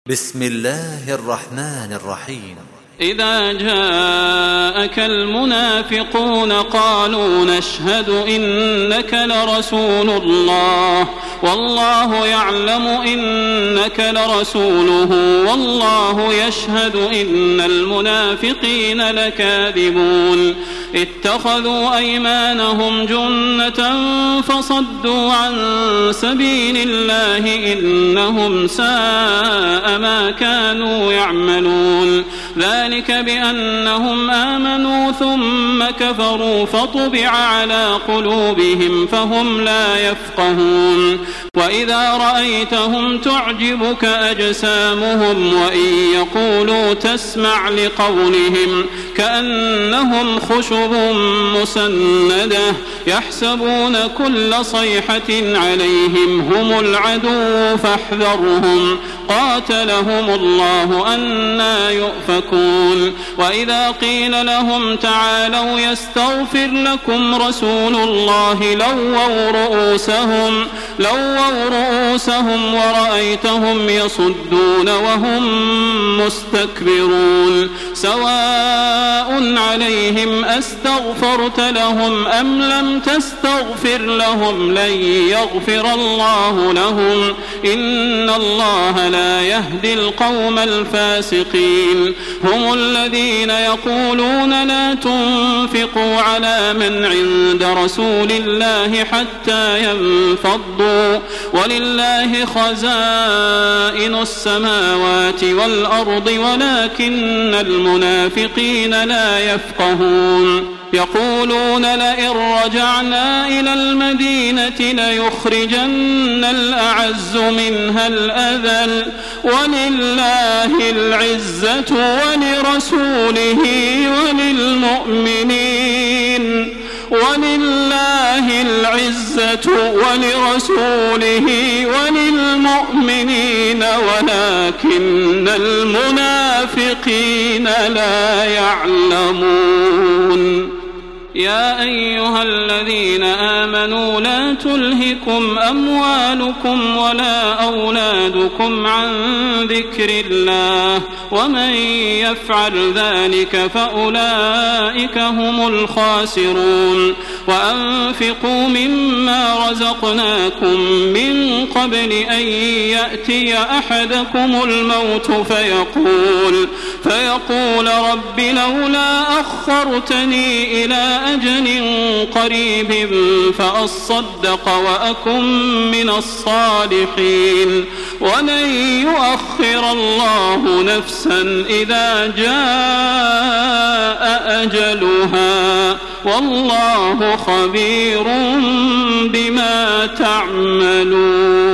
بسم الله الرحمن الرحيم. إذا جاءك المنافقون قالوا نشهد إنك لرسول الله والله يعلم إنك لرسوله والله يشهد إن المنافقين لكاذبون اتخذوا أيمانهم جنة فصدوا عن سبيل الله إنهم ساء ما كانوا يعملون ذلك بأنهم آمنوا ثم كفروا فطبع على قلوبهم فهم لا يفقهون وإذا رأيتهم تعجبك أجسامهم وإن يقولوا تسمع لقولهم كأنهم خشب مسندة يحسبون كل صيحة عليهم هم العدو فاحذرهم قاتلهم الله أنى يؤفكون وإذا قيل لهم تعالوا يستغفر لكم رسول الله لووا رؤوسهم ورأيتهم يصدون وهم مستكبرون سواء عليهم أستغفرت لهم أم لم تستغفر لهم لن يغفر الله لهم إن الله لا يهدي القوم الفاسقين هم الذين يقولون لا تنفقوا على من عند رسول الله حتى ينفضوا ولله خزائن السماوات والأرض ولكن المنافقين لا يفقهون يقولون لئن رجعنا إلى المدينة ليخرجن الأعز منها الأذل ولله العزة ولرسوله وللمؤمنين ولكن المنافقين لا يعلمون يا أيها الذين آمنوا لا تلهكم أموالكم ولا أولادكم عن ذكر الله ومن يفعل ذلك فأولئك هم الخاسرون وأنفقوا مما رزقناكم من قبل أن يأتي أحدكم الموت فيقول رب لولا أخرتني إلى أجل قريب فأصدق وأكن من الصالحين ولن يؤخر الله نفسا إذا جاء أجلها والله خبير بما تعملون.